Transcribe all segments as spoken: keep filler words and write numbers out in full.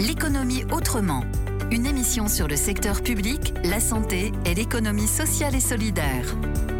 L'économie autrement. Une émission sur le secteur public, la santé et l'économie sociale et solidaire.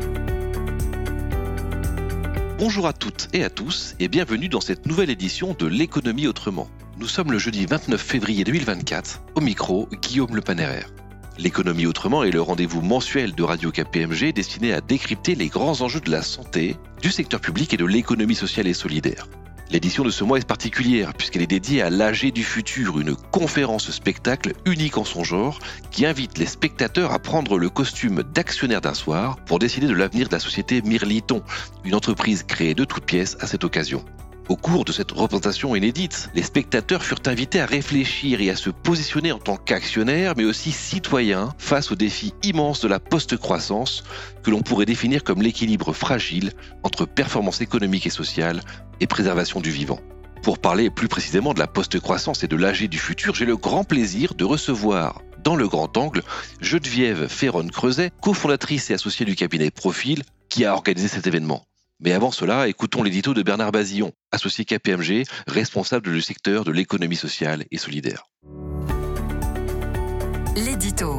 Bonjour à toutes et à tous et bienvenue dans cette nouvelle édition de l'économie autrement. Nous sommes le jeudi vingt-neuf février deux mille vingt-quatre, au micro Guillaume Le Panéraire. L'économie autrement est le rendez-vous mensuel de Radio K P M G destiné à décrypter les grands enjeux de la santé, du secteur public et de l'économie sociale et solidaire. L'édition de ce mois est particulière puisqu'elle est dédiée à l'A G du futur, une conférence spectacle unique en son genre qui invite les spectateurs à prendre le costume d'actionnaire d'un soir pour décider de l'avenir de la société Mirliton, une entreprise créée de toutes pièces à cette occasion. Au cours de cette représentation inédite, les spectateurs furent invités à réfléchir et à se positionner en tant qu'actionnaires, mais aussi citoyens, face au défi immense de la post-croissance, que l'on pourrait définir comme l'équilibre fragile entre performance économique et sociale et préservation du vivant. Pour parler plus précisément de la post-croissance et de l'A G du futur, j'ai le grand plaisir de recevoir, dans le grand angle, Geneviève Ferronne-Creuset, cofondatrice et associée du cabinet Profil, qui a organisé cet événement. Mais avant cela, écoutons l'édito de Bernard Bazillon, associé K P M G, responsable du secteur de l'économie sociale et solidaire. L'édito.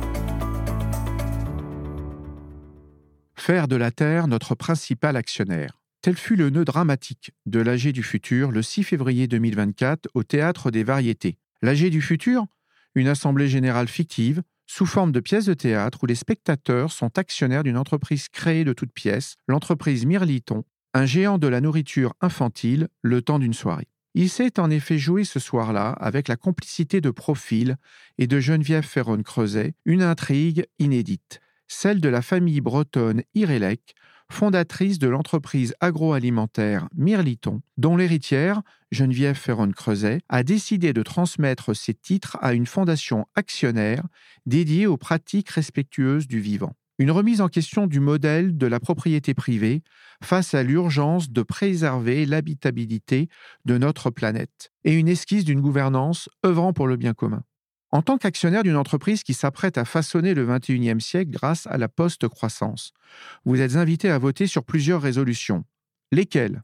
Faire de la Terre notre principal actionnaire. Tel fut le nœud dramatique de l'A G du futur le six février deux mille vingt-quatre au Théâtre des Variétés. L'A G du futur, une assemblée générale fictive, sous forme de pièces de théâtre où les spectateurs sont actionnaires d'une entreprise créée de toutes pièces, l'entreprise Mirliton, un géant de la nourriture infantile, le temps d'une soirée. Il s'est en effet joué ce soir-là, avec la complicité de Profil et de Geneviève Ferronne-Creuset, une intrigue inédite, celle de la famille bretonne Irélec, fondatrice de l'entreprise agroalimentaire Mirliton, dont l'héritière, Geneviève Ferronne-Creuset, a décidé de transmettre ses titres à une fondation actionnaire dédiée aux pratiques respectueuses du vivant. Une remise en question du modèle de la propriété privée face à l'urgence de préserver l'habitabilité de notre planète et une esquisse d'une gouvernance œuvrant pour le bien commun. En tant qu'actionnaire d'une entreprise qui s'apprête à façonner le vingt et unième siècle grâce à la post-croissance, vous êtes invité à voter sur plusieurs résolutions. Lesquelles ?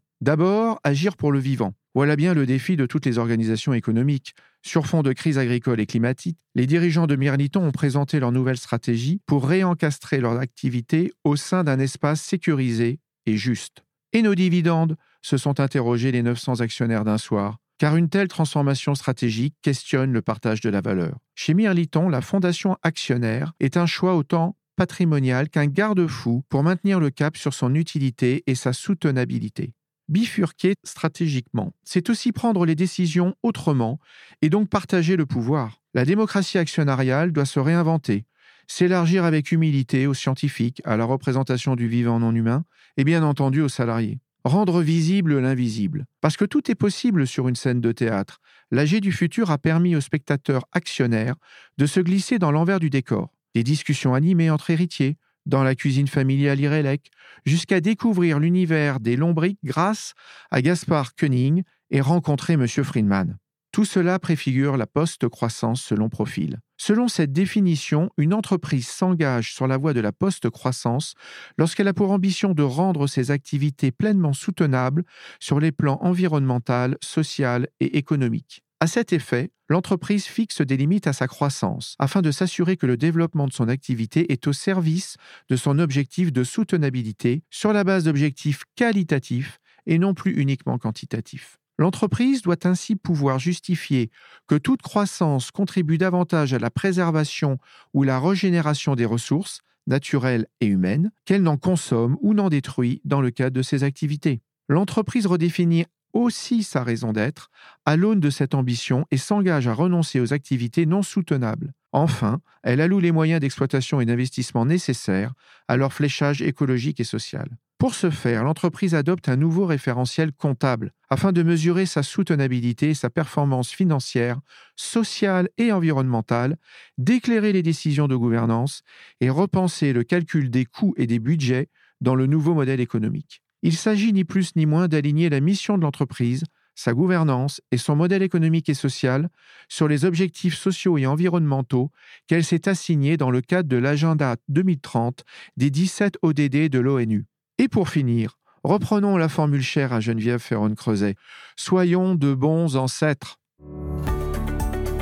D'abord, agir pour le vivant. Voilà bien le défi de toutes les organisations économiques. Sur fond de crise agricole et climatique, les dirigeants de Mirliton ont présenté leur nouvelle stratégie pour réencastrer leur activité au sein d'un espace sécurisé et juste. Et nos dividendes ? Se sont interrogés les neuf cents actionnaires d'un soir. Car une telle transformation stratégique questionne le partage de la valeur. Chez Mirliton, la fondation actionnaire est un choix autant patrimonial qu'un garde-fou pour maintenir le cap sur son utilité et sa soutenabilité. Bifurquer stratégiquement, c'est aussi prendre les décisions autrement et donc partager le pouvoir. La démocratie actionnariale doit se réinventer, s'élargir avec humilité aux scientifiques, à la représentation du vivant non humain et bien entendu aux salariés. Rendre visible l'invisible. Parce que tout est possible sur une scène de théâtre. L'A G du futur a permis aux spectateurs actionnaires de se glisser dans l'envers du décor. Des discussions animées entre héritiers, dans la cuisine familiale Irélec, jusqu'à découvrir l'univers des lombrics grâce à Gaspard Koenig et rencontrer M. Friedman. Tout cela préfigure la post-croissance selon Profil. Selon cette définition, une entreprise s'engage sur la voie de la post-croissance lorsqu'elle a pour ambition de rendre ses activités pleinement soutenables sur les plans environnemental, social et économique. À cet effet, l'entreprise fixe des limites à sa croissance afin de s'assurer que le développement de son activité est au service de son objectif de soutenabilité sur la base d'objectifs qualitatifs et non plus uniquement quantitatifs. L'entreprise doit ainsi pouvoir justifier que toute croissance contribue davantage à la préservation ou la régénération des ressources, naturelles et humaines, qu'elle n'en consomme ou n'en détruit dans le cadre de ses activités. L'entreprise redéfinit aussi sa raison d'être à l'aune de cette ambition et s'engage à renoncer aux activités non soutenables. Enfin, elle alloue les moyens d'exploitation et d'investissement nécessaires à leur fléchage écologique et social. Pour ce faire, l'entreprise adopte un nouveau référentiel comptable afin de mesurer sa soutenabilité et sa performance financière, sociale et environnementale, d'éclairer les décisions de gouvernance et repenser le calcul des coûts et des budgets dans le nouveau modèle économique. Il s'agit ni plus ni moins d'aligner la mission de l'entreprise, sa gouvernance et son modèle économique et social sur les objectifs sociaux et environnementaux qu'elle s'est assignés dans le cadre de l'agenda deux mille trente des dix-sept O D D de l'ONU. Et pour finir, reprenons la formule chère à Geneviève Ferronne-Creuset. Soyons de bons ancêtres.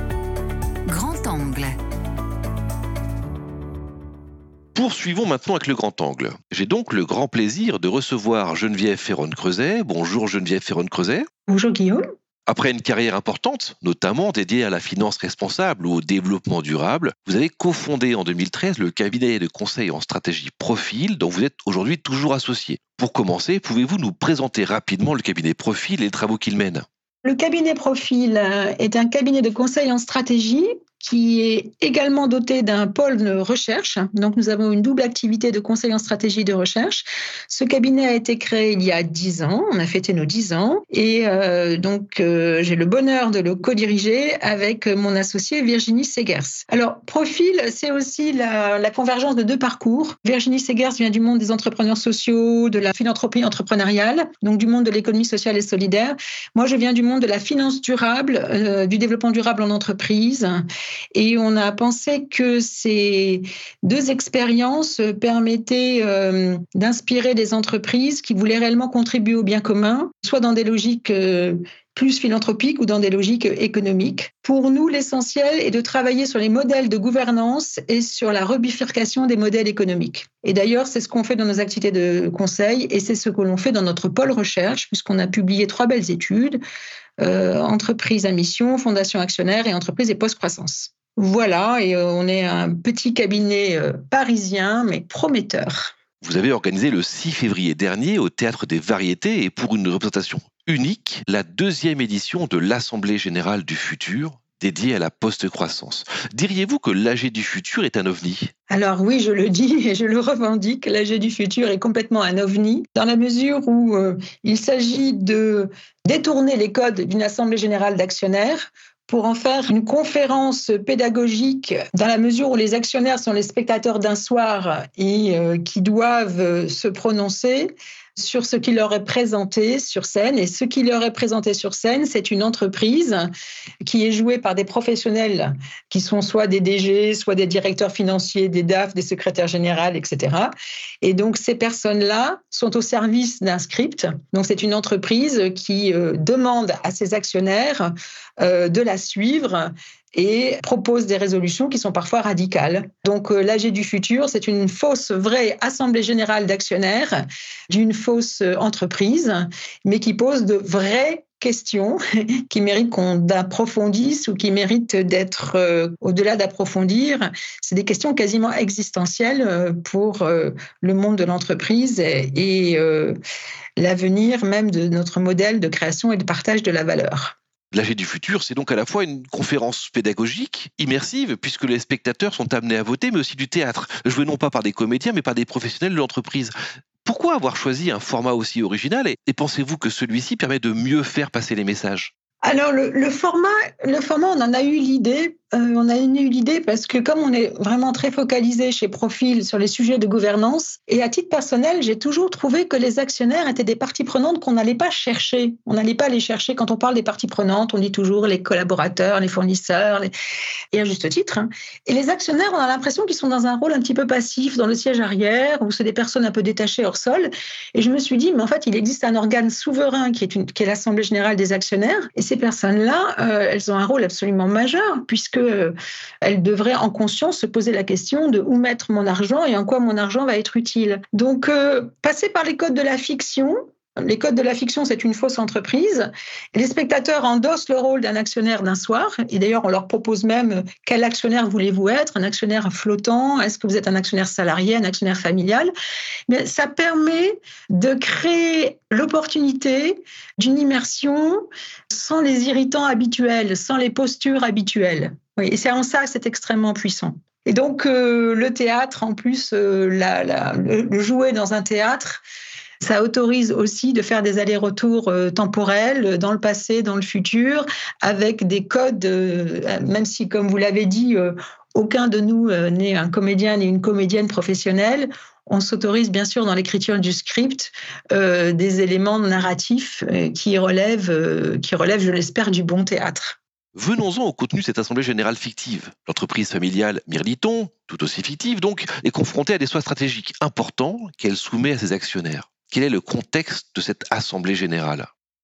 angle. Poursuivons maintenant avec le grand angle. J'ai donc le grand plaisir de recevoir Geneviève Ferronne-Creuset. Bonjour Geneviève Ferronne-Creuset. Bonjour Guillaume. Après une carrière importante, notamment dédiée à la finance responsable ou au développement durable, vous avez cofondé en deux mille treize le cabinet de conseil en stratégie Profil, dont vous êtes aujourd'hui toujours associé. Pour commencer, pouvez-vous nous présenter rapidement le cabinet Profil et les travaux qu'il mène ? Le cabinet Profil est un cabinet de conseil en stratégie qui est également doté d'un pôle de recherche. Donc, nous avons une double activité de conseil en stratégie de recherche. Ce cabinet a été créé il y a dix ans. On a fêté nos dix ans. Et euh, donc, euh, j'ai le bonheur de le co-diriger avec mon associée Virginie Segers. Alors, Profil, c'est aussi la, la convergence de deux parcours. Virginie Segers vient du monde des entrepreneurs sociaux, de la philanthropie entrepreneuriale, donc du monde de l'économie sociale et solidaire. Moi, je viens du monde de la finance durable, euh, du développement durable en entreprise. Et on a pensé que ces deux expériences permettaient euh, d'inspirer des entreprises qui voulaient réellement contribuer au bien commun, soit dans des logiques euh, plus philanthropiques ou dans des logiques économiques. Pour nous, l'essentiel est de travailler sur les modèles de gouvernance et sur la rebifurcation des modèles économiques. Et d'ailleurs, c'est ce qu'on fait dans nos activités de conseil et c'est ce que l'on fait dans notre pôle recherche, puisqu'on a publié trois belles études, euh, entreprises à mission, fondation actionnaire et entreprises et post-croissance. Voilà, et euh, on est un petit cabinet euh, parisien, mais prometteur. Vous avez organisé le six février dernier au Théâtre des Variétés et pour une représentation unique, la deuxième édition de l'Assemblée Générale du Futur, dédiée à la post-croissance. Diriez-vous que l'A G du futur est un ovni ? Alors oui, je le dis et je le revendique, l'A G du futur est complètement un ovni, dans la mesure où euh, il s'agit de détourner les codes d'une Assemblée Générale d'actionnaires pour en faire une conférence pédagogique dans la mesure où les actionnaires sont les spectateurs d'un soir et euh, qui doivent se prononcer sur ce qui leur est présenté sur scène. Et ce qui leur est présenté sur scène, c'est une entreprise qui est jouée par des professionnels qui sont soit des D G, soit des directeurs financiers, des D A F, des secrétaires généraux, et cetera. Et donc, ces personnes-là sont au service d'un script. Donc, c'est une entreprise qui euh, demande à ses actionnaires euh, de la suivre et propose des résolutions qui sont parfois radicales. Donc, euh, l'A G du futur, c'est une fausse vraie assemblée générale d'actionnaires d'une fausse entreprise, mais qui pose de vraies questions qui méritent qu'on approfondisse ou qui méritent d'être, euh, au-delà d'approfondir, c'est des questions quasiment existentielles euh, pour euh, le monde de l'entreprise et, et euh, l'avenir même de notre modèle de création et de partage de la valeur. L'A G du futur, c'est donc à la fois une conférence pédagogique, immersive, puisque les spectateurs sont amenés à voter, mais aussi du théâtre, joué non pas par des comédiens, mais par des professionnels de l'entreprise. Pourquoi avoir choisi un format aussi original et, et pensez-vous que celui-ci permet de mieux faire passer les messages ? Alors, le, le, format, le format, on en a eu l'idée. Euh, on a eu l'idée parce que comme on est vraiment très focalisé chez Profil sur les sujets de gouvernance, et à titre personnel, j'ai toujours trouvé que les actionnaires étaient des parties prenantes qu'on n'allait pas chercher. On n'allait pas les chercher. Quand on parle des parties prenantes, on dit toujours les collaborateurs, les fournisseurs, les... et à juste titre. Hein. Et les actionnaires, on a l'impression qu'ils sont dans un rôle un petit peu passif, dans le siège arrière, où c'est des personnes un peu détachées hors sol. Et je me suis dit, mais en fait, il existe un organe souverain qui est, une, qui est l'Assemblée Générale des actionnaires. Et ces personnes-là, euh, elles ont un rôle absolument majeur, puisque elles devraient en conscience se poser la question de où mettre mon argent et en quoi mon argent va être utile. Donc, euh, passer par les codes de la fiction, les codes de la fiction, c'est une fausse entreprise. Les spectateurs endossent le rôle d'un actionnaire d'un soir. Et d'ailleurs, on leur propose même quel actionnaire voulez-vous être ? Un actionnaire flottant ? Est-ce que vous êtes un actionnaire salarié, un actionnaire familial ? Mais ça permet de créer l'opportunité d'une immersion sans les irritants habituels, sans les postures habituelles. Oui, et c'est en ça que c'est extrêmement puissant. Et donc, euh, le théâtre, en plus, euh, la, la, le, le jouer dans un théâtre, ça autorise aussi de faire des allers-retours euh, temporels dans le passé, dans le futur, avec des codes, euh, même si, comme vous l'avez dit, euh, aucun de nous euh, n'est un comédien ni une comédienne professionnelle, on s'autorise bien sûr dans l'écriture du script euh, des éléments narratifs euh, qui relèvent, euh, qui relèvent, je l'espère, du bon théâtre. Venons-en au contenu de cette assemblée générale fictive. L'entreprise familiale Mirliton, tout aussi fictive donc, est confrontée à des choix stratégiques importants qu'elle soumet à ses actionnaires. Quel est le contexte de cette assemblée générale ?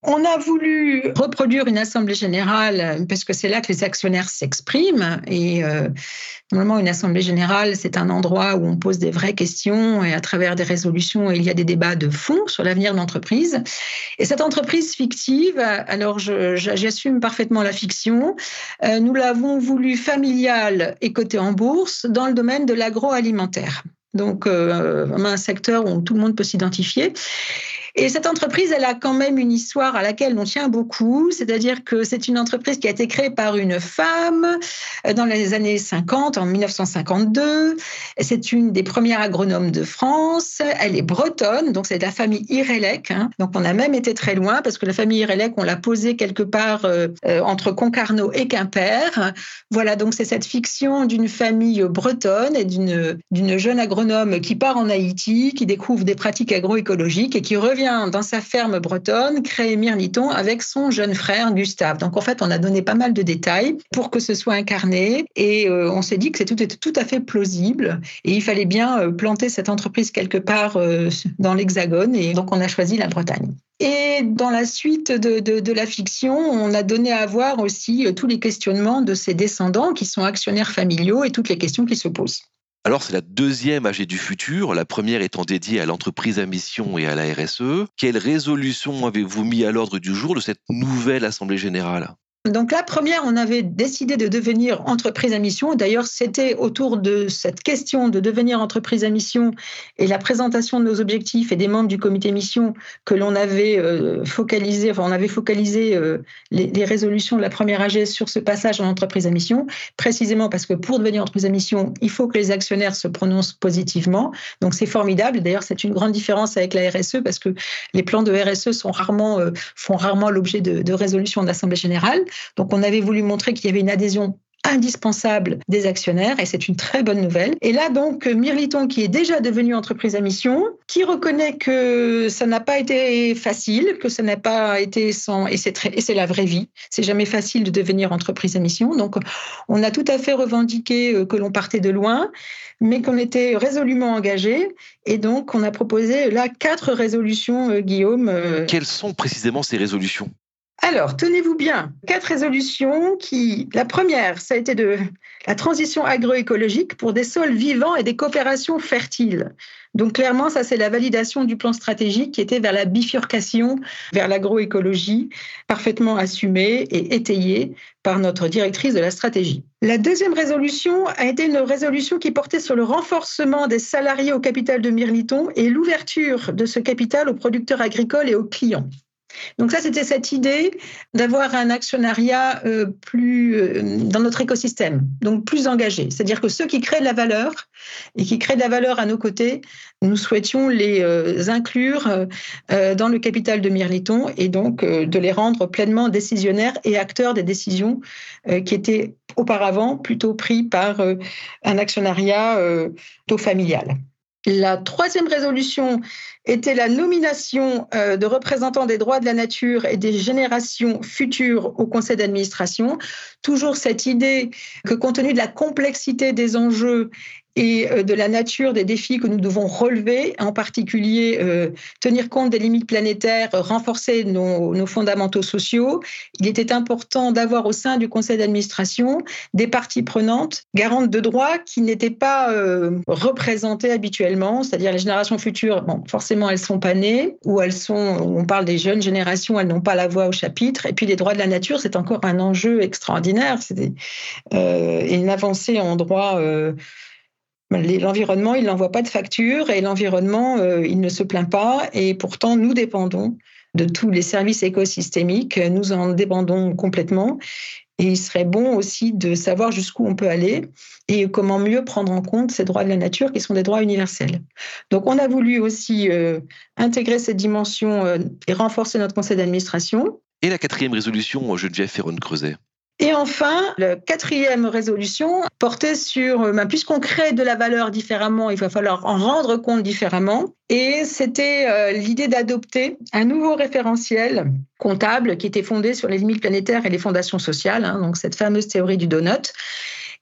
On a voulu reproduire une assemblée générale parce que c'est là que les actionnaires s'expriment. Et euh, normalement, une assemblée générale, c'est un endroit où on pose des vraies questions et à travers des résolutions, il y a des débats de fond sur l'avenir de l'entreprise. Et cette entreprise fictive, alors je, j'assume parfaitement la fiction, euh, nous l'avons voulu familiale et cotée en bourse dans le domaine de l'agroalimentaire. Donc, euh, un secteur où tout le monde peut s'identifier. Et cette entreprise, elle a quand même une histoire à laquelle on tient beaucoup, c'est-à-dire que c'est une entreprise qui a été créée par une femme dans les années cinquante, en dix-neuf cent cinquante-deux. C'est une des premières agronomes de France. Elle est bretonne, donc c'est de la famille Irélec. Hein. Donc on a même été très loin parce que la famille Irélec, on l'a posée quelque part euh, entre Concarneau et Quimper. Voilà, donc c'est cette fiction d'une famille bretonne et d'une, d'une jeune agronome qui part en Haïti, qui découvre des pratiques agroécologiques et qui revient dans sa ferme bretonne, créer Mirliton avec son jeune frère Gustave. Donc en fait, on a donné pas mal de détails pour que ce soit incarné et euh, on s'est dit que c'était tout, tout à fait plausible et il fallait bien euh, planter cette entreprise quelque part euh, dans l'Hexagone et donc on a choisi la Bretagne. Et dans la suite de, de, de la fiction, on a donné à voir aussi euh, tous les questionnements de ses descendants qui sont actionnaires familiaux et toutes les questions qui se posent. Alors, c'est la deuxième A G du futur, la première étant dédiée à l'entreprise à mission et à la R S E. Quelle résolution avez-vous mis à l'ordre du jour de cette nouvelle Assemblée générale ? Donc la première, on avait décidé de devenir entreprise à mission. D'ailleurs, c'était autour de cette question de devenir entreprise à mission et la présentation de nos objectifs et des membres du comité mission que l'on avait euh, focalisé, enfin on avait focalisé euh, les, les résolutions de la première A G sur ce passage en entreprise à mission, précisément parce que pour devenir entreprise à mission, il faut que les actionnaires se prononcent positivement. Donc c'est formidable. D'ailleurs, c'est une grande différence avec la R S E parce que les plans de R S E sont rarement, euh, font rarement l'objet de, de résolutions d'assemblée générale. Donc, on avait voulu montrer qu'il y avait une adhésion indispensable des actionnaires et c'est une très bonne nouvelle. Et là, donc, Mirliton, qui est déjà devenu entreprise à mission, qui reconnaît que ça n'a pas été facile, que ça n'a pas été sans... Et c'est, très... et c'est la vraie vie. C'est jamais facile de devenir entreprise à mission. Donc, on a tout à fait revendiqué que l'on partait de loin, mais qu'on était résolument engagé. Et donc, on a proposé là quatre résolutions, Guillaume. Quelles sont précisément ces résolutions ? Alors, tenez-vous bien, quatre résolutions qui... La première, ça a été de la transition agroécologique pour des sols vivants et des coopérations fertiles. Donc, clairement, ça, c'est la validation du plan stratégique qui était vers la bifurcation vers l'agroécologie, parfaitement assumée et étayée par notre directrice de la stratégie. La deuxième résolution a été une résolution qui portait sur le renforcement des salariés au capital de Mirliton et l'ouverture de ce capital aux producteurs agricoles et aux clients. Donc ça, c'était cette idée d'avoir un actionnariat euh, plus euh, dans notre écosystème, donc plus engagé. C'est-à-dire que ceux qui créent de la valeur et qui créent de la valeur à nos côtés, nous souhaitions les euh, inclure euh, dans le capital de Mirliton et donc euh, de les rendre pleinement décisionnaires et acteurs des décisions euh, qui étaient auparavant plutôt prises par euh, un actionnariat euh, plutôt familial. La troisième résolution était la nomination de représentants des droits de la nature et des générations futures au conseil d'administration. Toujours cette idée que compte tenu de la complexité des enjeux et de la nature des défis que nous devons relever, en particulier euh, tenir compte des limites planétaires, renforcer nos, nos fondamentaux sociaux. Il était important d'avoir au sein du conseil d'administration des parties prenantes garantes de droits qui n'étaient pas euh, représentées habituellement, c'est-à-dire les générations futures, bon, forcément elles sont pas nées, ou elles sont, on parle des jeunes générations, elles n'ont pas la voix au chapitre, et puis les droits de la nature, c'est encore un enjeu extraordinaire, c'est des, euh, une avancée en droit. Euh, L'environnement, il n'envoie pas de facture et l'environnement, euh, il ne se plaint pas. Et pourtant, nous dépendons de tous les services écosystémiques. Nous en dépendons complètement. Et il serait bon aussi de savoir jusqu'où on peut aller et comment mieux prendre en compte ces droits de la nature qui sont des droits universels. Donc, on a voulu aussi euh, intégrer cette dimension euh, et renforcer notre conseil d'administration. Et la quatrième résolution, Geneviève Ferron-Creuset. Et enfin, la quatrième résolution portait sur, ben, puisqu'on crée de la valeur différemment, il va falloir en rendre compte différemment. Et c'était euh, l'idée d'adopter un nouveau référentiel comptable qui était fondé sur les limites planétaires et les fondations sociales, hein, donc cette fameuse théorie du donut,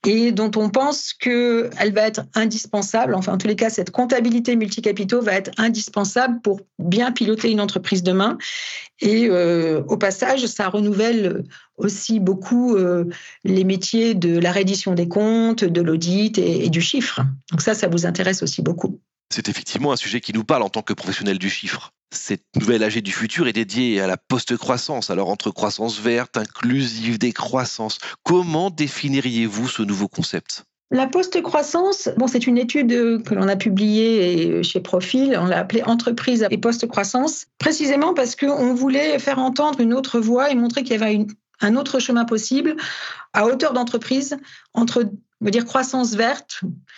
et dont on pense qu'elle va être indispensable. Enfin, en tous les cas, cette comptabilité multicapitaux va être indispensable pour bien piloter une entreprise demain. Et euh, au passage, ça renouvelle aussi beaucoup euh, les métiers de la reddition des comptes, de l'audit et, et du chiffre. Donc ça, ça vous intéresse aussi beaucoup. C'est effectivement un sujet qui nous parle en tant que professionnels du chiffre. Cette nouvelle A G du futur est dédiée à la post-croissance, alors entre croissance verte, inclusive, décroissance. Comment définiriez-vous ce nouveau concept ? La post-croissance, bon, c'est une étude que l'on a publiée chez Profil, on l'a appelée Entreprise et post-croissance, précisément parce qu'on voulait faire entendre une autre voix et montrer qu'il y avait une, un autre chemin possible à hauteur d'entreprise entre, on va dire, croissance verte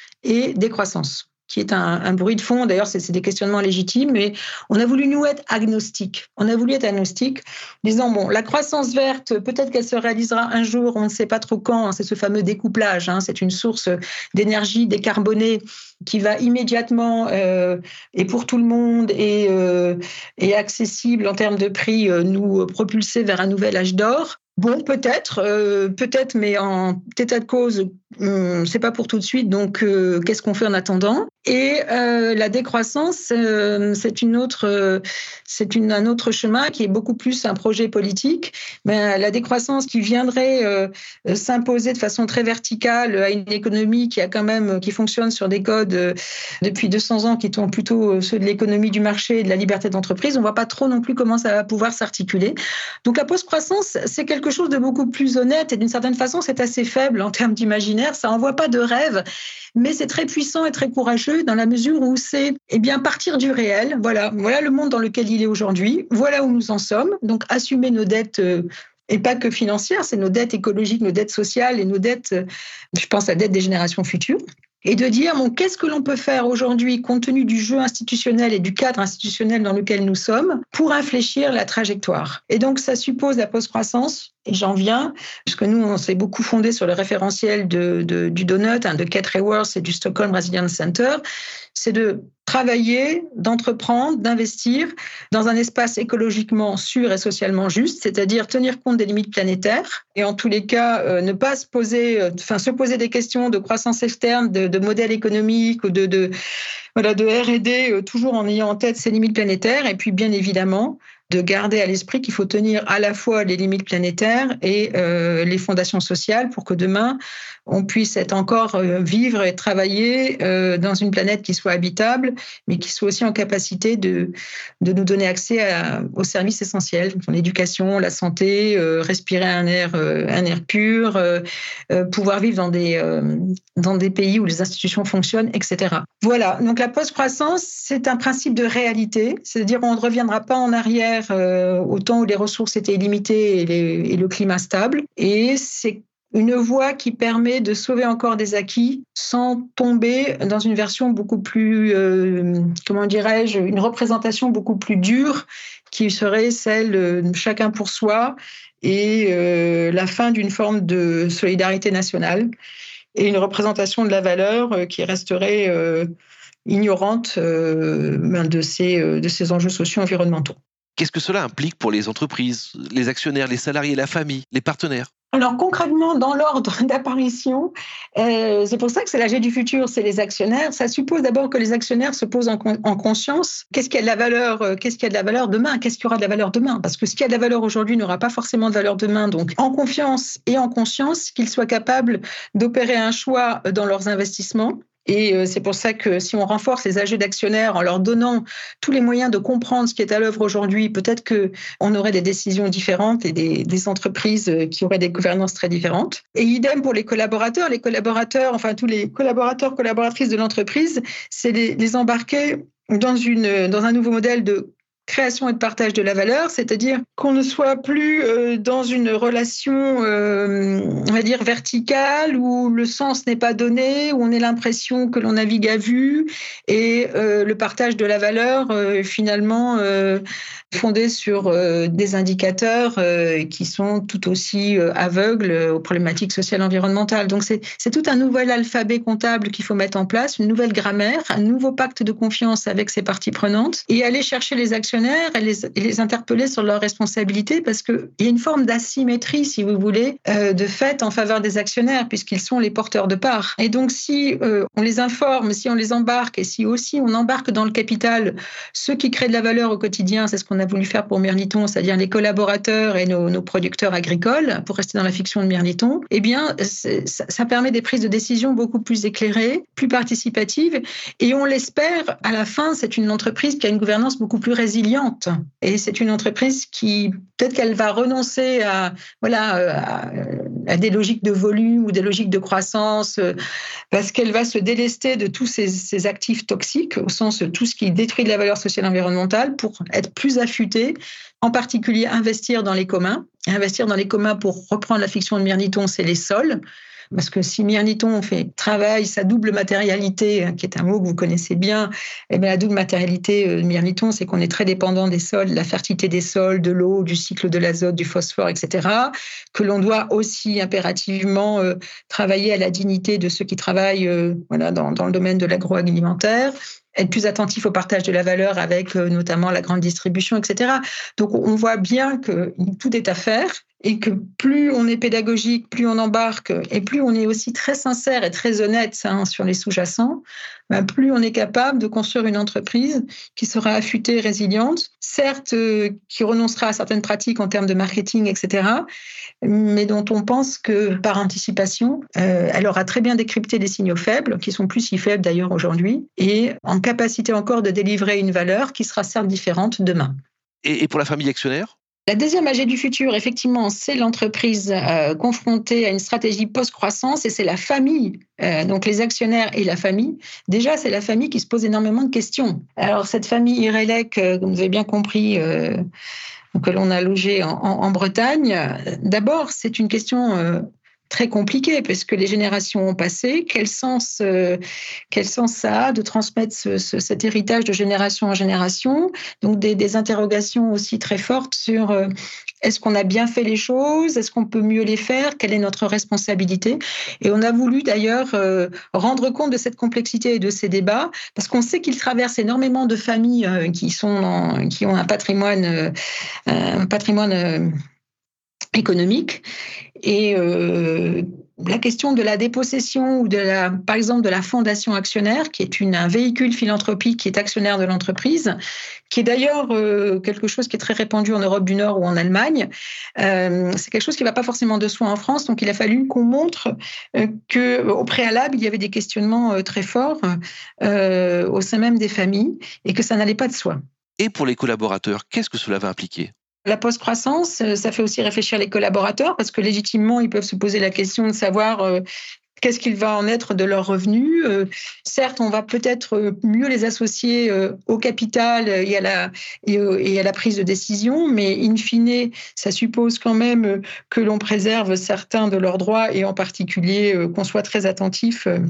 et décroissance, qui est un, un bruit de fond. D'ailleurs, c'est, c'est des questionnements légitimes, mais on a voulu, nous, être agnostiques. On a voulu être agnostiques, disant, bon, la croissance verte, peut-être qu'elle se réalisera un jour, on ne sait pas trop quand, hein, c'est ce fameux découplage, hein, c'est une source d'énergie décarbonée qui va immédiatement, euh, et pour tout le monde, et, euh, et accessible en termes de prix, euh, nous propulser vers un nouvel âge d'or. Bon, peut-être, euh, peut-être, mais en état de cause, hum, c'est pas pour tout de suite. Donc, euh, qu'est-ce qu'on fait en attendant ? Et euh, la décroissance, euh, c'est une autre, euh, c'est une, un autre chemin qui est beaucoup plus un projet politique. Mais la décroissance qui viendrait euh, s'imposer de façon très verticale à une économie qui a quand même, qui fonctionne sur des codes euh, depuis deux cents ans, qui sont plutôt ceux de l'économie du marché et de la liberté d'entreprise. On voit pas trop non plus comment ça va pouvoir s'articuler. Donc, la post-croissance, c'est quelque chose de beaucoup plus honnête et d'une certaine façon, c'est assez faible en termes d'imaginaire. Ça envoie pas de rêve, mais c'est très puissant et très courageux dans la mesure où c'est eh bien partir du réel. Voilà, voilà le monde dans lequel il est aujourd'hui. Voilà où nous en sommes. Donc, assumer nos dettes. Euh, Et pas que financières, c'est nos dettes écologiques, nos dettes sociales et nos dettes, je pense, à la dette des générations futures. Et de dire, bon, qu'est-ce que l'on peut faire aujourd'hui, compte tenu du jeu institutionnel et du cadre institutionnel dans lequel nous sommes, pour infléchir la trajectoire. Et donc, ça suppose la post-croissance, et j'en viens, puisque nous, on s'est beaucoup fondé sur le référentiel de, de, du Donut, hein, de Kate Raworth et du Stockholm Resilience Center, c'est de travailler, d'entreprendre, d'investir dans un espace écologiquement sûr et socialement juste, c'est-à-dire tenir compte des limites planétaires et en tous les cas euh, ne pas se poser, euh, enfin se poser des questions de croissance externe, de, de modèle économique ou de, de voilà de R et D, euh, toujours en ayant en tête ces limites planétaires et puis bien évidemment de garder à l'esprit qu'il faut tenir à la fois les limites planétaires et euh, les fondations sociales pour que demain, on puisse être encore euh, vivre et travailler euh, dans une planète qui soit habitable, mais qui soit aussi en capacité de, de nous donner accès à, aux services essentiels, l'éducation, la santé, euh, respirer un air, euh, un air pur, euh, euh, pouvoir vivre dans des, euh, dans des pays où les institutions fonctionnent, et cetera. Voilà, donc la post-croissance, c'est un principe de réalité, c'est-à-dire on ne reviendra pas en arrière Euh, au temps où les ressources étaient illimitées et, les, et le climat stable. Et c'est une voie qui permet de sauver encore des acquis sans tomber dans une version beaucoup plus, euh, comment dirais-je, une représentation beaucoup plus dure qui serait celle de chacun pour soi et euh, la fin d'une forme de solidarité nationale et une représentation de la valeur euh, qui resterait euh, ignorante euh, de ces, euh, de ces enjeux sociaux et environnementaux. Qu'est-ce que cela implique pour les entreprises, les actionnaires, les salariés, la famille, les partenaires ? Alors concrètement, dans l'ordre d'apparition, euh, c'est pour ça que c'est l'A G du futur, c'est les actionnaires. Ça suppose d'abord que les actionnaires se posent en, con- en conscience. Qu'est-ce qui a de la valeur euh, Qu'est-ce qui a de la valeur demain Qu'est-ce qui aura de la valeur demain ? Parce que ce qui a de la valeur aujourd'hui n'aura pas forcément de valeur demain. Donc, en confiance et en conscience, qu'ils soient capables d'opérer un choix dans leurs investissements. Et c'est pour ça que si on renforce les A G d'actionnaires en leur donnant tous les moyens de comprendre ce qui est à l'œuvre aujourd'hui, peut-être qu'on aurait des décisions différentes et des, des entreprises qui auraient des gouvernances très différentes. Et idem pour les collaborateurs. Les collaborateurs, enfin tous les collaborateurs, collaboratrices de l'entreprise, c'est les, les embarquer dans, une, dans un nouveau modèle de création et de partage de la valeur, c'est-à-dire qu'on ne soit plus euh, dans une relation, euh, on va dire, verticale, où le sens n'est pas donné, où on a l'impression que l'on navigue à vue, et euh, le partage de la valeur, euh, finalement, euh, fondé sur euh, des indicateurs euh, qui sont tout aussi euh, aveugles aux problématiques sociales et environnementales. Donc, c'est, c'est tout un nouvel alphabet comptable qu'il faut mettre en place, une nouvelle grammaire, un nouveau pacte de confiance avec ses parties prenantes, et aller chercher les actions actionnaires et les, et les interpeller sur leurs responsabilités parce qu'il y a une forme d'asymétrie, si vous voulez, euh, de fait en faveur des actionnaires puisqu'ils sont les porteurs de parts. Et donc, si euh, on les informe, si on les embarque et si aussi on embarque dans le capital ceux qui créent de la valeur au quotidien, c'est ce qu'on a voulu faire pour Mirliton, c'est-à-dire les collaborateurs et nos, nos producteurs agricoles, pour rester dans la fiction de Mirliton, eh bien, ça, ça permet des prises de décision beaucoup plus éclairées, plus participatives et on l'espère, à la fin, c'est une entreprise qui a une gouvernance beaucoup plus résiliente. Et c'est une entreprise qui, peut-être qu'elle va renoncer à, voilà, à, à des logiques de volume ou des logiques de croissance, parce qu'elle va se délester de tous ces, ces actifs toxiques, au sens de tout ce qui détruit de la valeur sociale et environnementale, pour être plus affûtée, en particulier investir dans les communs. Investir dans les communs, pour reprendre la fiction de Mirliton, c'est les sols. Parce que si Mirliton fait travaille sa double matérialité, qui est un mot que vous connaissez bien, eh bien la double matérialité de Mirliton, c'est qu'on est très dépendant des sols, de la fertilité des sols, de l'eau, du cycle de l'azote, du phosphore, et cetera. Que l'on doit aussi impérativement euh, travailler à la dignité de ceux qui travaillent euh, voilà, dans, dans le domaine de l'agroalimentaire, être plus attentif au partage de la valeur avec euh, notamment la grande distribution, et cetera. Donc on voit bien que tout est à faire et que plus on est pédagogique, plus on embarque et plus on est aussi très sincère et très honnête hein, sur les sous-jacents, ben plus on est capable de construire une entreprise qui sera affûtée, résiliente, certes euh, qui renoncera à certaines pratiques en termes de marketing, et cetera, mais dont on pense que par anticipation, euh, elle aura très bien décrypté les signaux faibles, qui sont plus si faibles d'ailleurs aujourd'hui, et en capacité encore de délivrer une valeur qui sera certes différente demain. Et, et pour la famille actionnaire ? La deuxième A G du futur, effectivement, c'est l'entreprise euh, confrontée à une stratégie post-croissance et c'est la famille, euh, donc les actionnaires et la famille. Déjà, c'est la famille qui se pose énormément de questions. Alors, cette famille Irelec, euh, comme vous avez bien compris, euh, que l'on a logée en, en, en Bretagne, d'abord, c'est une question... Euh, très compliqué parce que les générations ont passé. Quel sens, euh, quel sens ça a de transmettre ce, ce, cet héritage de génération en génération? Donc des, des interrogations aussi très fortes sur euh, est-ce qu'on a bien fait les choses? Est-ce qu'on peut mieux les faire? Quelle est notre responsabilité? Et on a voulu d'ailleurs euh, rendre compte de cette complexité et de ces débats parce qu'on sait qu'ils traversent énormément de familles euh, qui sont dans, qui ont un patrimoine, euh, un patrimoine euh, économique. Et euh, la question de la dépossession ou de la, par exemple de la fondation actionnaire, qui est une, un véhicule philanthropique qui est actionnaire de l'entreprise, qui est d'ailleurs euh, quelque chose qui est très répandu en Europe du Nord ou en Allemagne. Euh, c'est quelque chose qui ne va pas forcément de soi en France, donc il a fallu qu'on montre euh, qu'au préalable, il y avait des questionnements euh, très forts euh, au sein même des familles et que ça n'allait pas de soi. Et pour les collaborateurs, qu'est-ce que cela va impliquer ? La post-croissance, ça fait aussi réfléchir les collaborateurs parce que légitimement, ils peuvent se poser la question de savoir euh, qu'est-ce qu'il va en être de leurs revenus. Euh, certes, on va peut-être mieux les associer euh, au capital et à, la, et, euh, et à la prise de décision, mais in fine, ça suppose quand même que l'on préserve certains de leurs droits et en particulier euh, qu'on soit très attentif euh,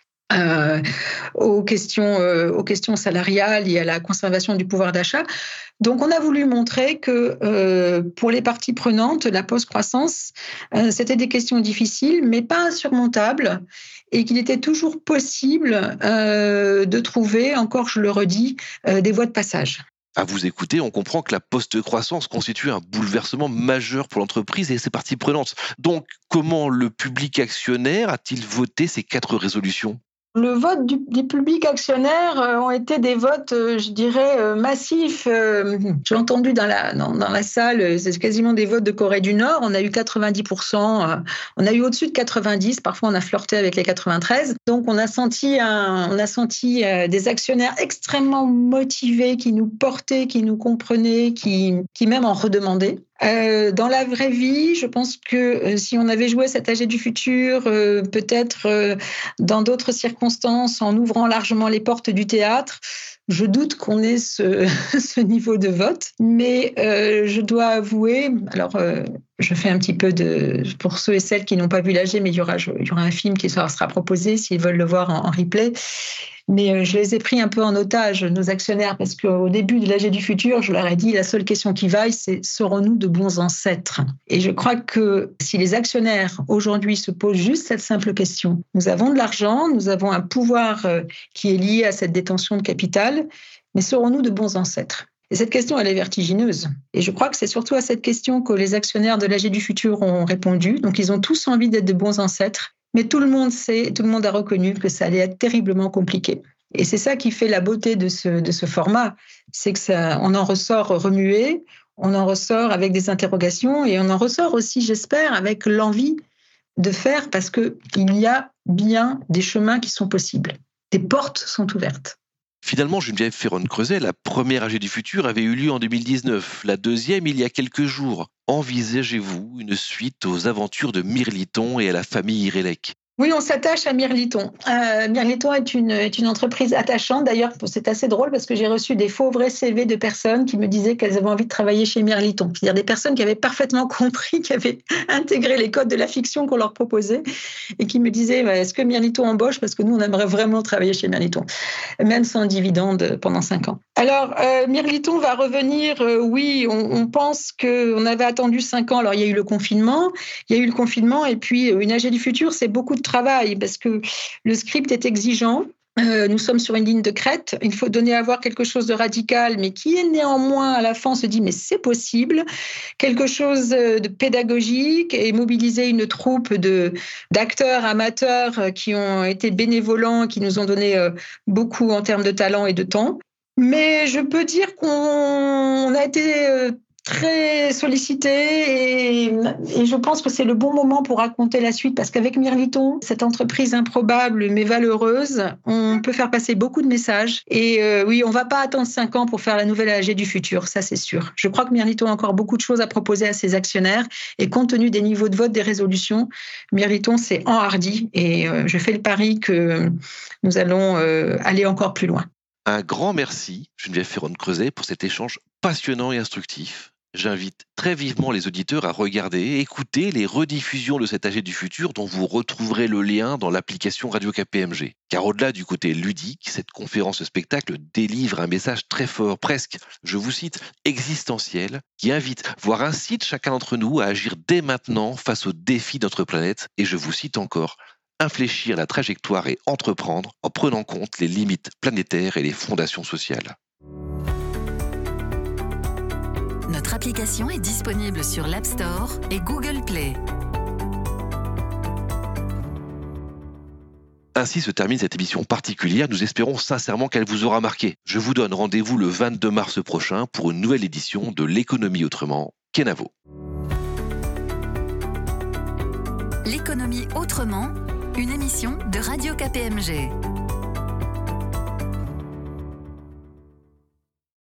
Euh, aux questions, euh, aux questions salariales et à la conservation du pouvoir d'achat. Donc, on a voulu montrer que euh, pour les parties prenantes, la post-croissance, euh, c'était des questions difficiles, mais pas insurmontables, et qu'il était toujours possible euh, de trouver, encore je le redis, euh, des voies de passage. À vous écouter, on comprend que la post-croissance constitue un bouleversement majeur pour l'entreprise et ses parties prenantes. Donc, comment le public actionnaire a-t-il voté ces quatre résolutions ? Le vote du, des publics actionnaires euh, ont été des votes, euh, je dirais, euh, massifs. Euh, j'ai entendu dans la, dans, dans la salle, euh, c'est quasiment des votes de Corée du Nord. On a eu quatre-vingt-dix pour cent, euh, on a eu au-dessus de quatre-vingt-dix, parfois on a flirté avec les quatre-vingt-treize. Donc on a senti, un, on a senti euh, des actionnaires extrêmement motivés qui nous portaient, qui nous comprenaient, qui, qui même en redemandaient. Euh, dans la vraie vie, je pense que euh, si on avait joué cet A G du futur, euh, peut-être euh, dans d'autres circonstances, en ouvrant largement les portes du théâtre, je doute qu'on ait ce, ce niveau de vote. Mais euh, je dois avouer, alors euh, je fais un petit peu de... Pour ceux et celles qui n'ont pas vu l'A G, mais il y aura, il y aura un film qui sera, sera proposé s'ils veulent le voir en, en replay. Mais je les ai pris un peu en otage, nos actionnaires, parce qu'au début de l'A G du futur, je leur ai dit, la seule question qui vaille, c'est serons-nous de bons ancêtres ? Et je crois que si les actionnaires, aujourd'hui, se posent juste cette simple question, nous avons de l'argent, nous avons un pouvoir qui est lié à cette détention de capital, mais serons-nous de bons ancêtres ? Et cette question, elle est vertigineuse. Et je crois que c'est surtout à cette question que les actionnaires de l'A G du futur ont répondu. Donc, ils ont tous envie d'être de bons ancêtres. Mais tout le monde sait, tout le monde a reconnu que ça allait être terriblement compliqué. Et c'est ça qui fait la beauté de ce, de ce format. C'est que ça, on en ressort remué, on en ressort avec des interrogations et on en ressort aussi, j'espère, avec l'envie de faire parce qu'il y a bien des chemins qui sont possibles. Des portes sont ouvertes. Finalement, Geneviève Ferron-Creuset, la première A G du futur avait eu lieu en deux mille dix-neuf, la deuxième il y a quelques jours. Envisagez-vous une suite aux aventures de Mirliton et à la famille Irélec ? Oui, on s'attache à Mirliton. Euh, Mirliton est une, est une entreprise attachante. D'ailleurs, c'est assez drôle parce que j'ai reçu des faux vrais C V de personnes qui me disaient qu'elles avaient envie de travailler chez Mirliton. C'est-à-dire des personnes qui avaient parfaitement compris, qui avaient intégré les codes de la fiction qu'on leur proposait et qui me disaient bah, « Est-ce que Mirliton embauche ?» Parce que nous, on aimerait vraiment travailler chez Mirliton, même sans dividende pendant cinq ans. Alors, euh, Mirliton va revenir, euh, oui, on, on pense qu'on avait attendu cinq ans. Alors, il y a eu le confinement, il y a eu le confinement et puis une A G du futur, c'est beaucoup de travail parce que le script est exigeant. Euh, nous sommes sur une ligne de crête. Il faut donner à voir quelque chose de radical, mais qui est néanmoins, à la fin, on se dit, mais c'est possible. Quelque chose de pédagogique et mobiliser une troupe de, d'acteurs amateurs qui ont été bénévolents, qui nous ont donné beaucoup en termes de talent et de temps. Mais je peux dire qu'on a été très sollicité et, et je pense que c'est le bon moment pour raconter la suite parce qu'avec Mirliton, cette entreprise improbable mais valeureuse, on peut faire passer beaucoup de messages et euh, oui, on ne va pas attendre cinq ans pour faire la nouvelle A G du futur, ça c'est sûr. Je crois que Mirliton a encore beaucoup de choses à proposer à ses actionnaires et compte tenu des niveaux de vote des résolutions, Mirliton s'est enhardi et euh, je fais le pari que nous allons euh, aller encore plus loin. Un grand merci, Geneviève Ferron-Creuset, pour cet échange passionnant et instructif. J'invite très vivement les auditeurs à regarder et écouter les rediffusions de cette A G du futur dont vous retrouverez le lien dans l'application Radio K P M G. Car au-delà du côté ludique, cette conférence-spectacle délivre un message très fort, presque, je vous cite, existentiel, qui invite, voire incite chacun d'entre nous à agir dès maintenant face aux défis de notre planète. Et je vous cite encore, infléchir la trajectoire et entreprendre en prenant compte les limites planétaires et les fondations sociales. Notre application est disponible sur l'App Store et Google Play. Ainsi se termine cette émission particulière. Nous espérons sincèrement qu'elle vous aura marqué. Je vous donne rendez-vous le vingt-deux mars prochain pour une nouvelle édition de L'économie autrement, Kenavo. L'économie autrement, une émission de Radio K P M G.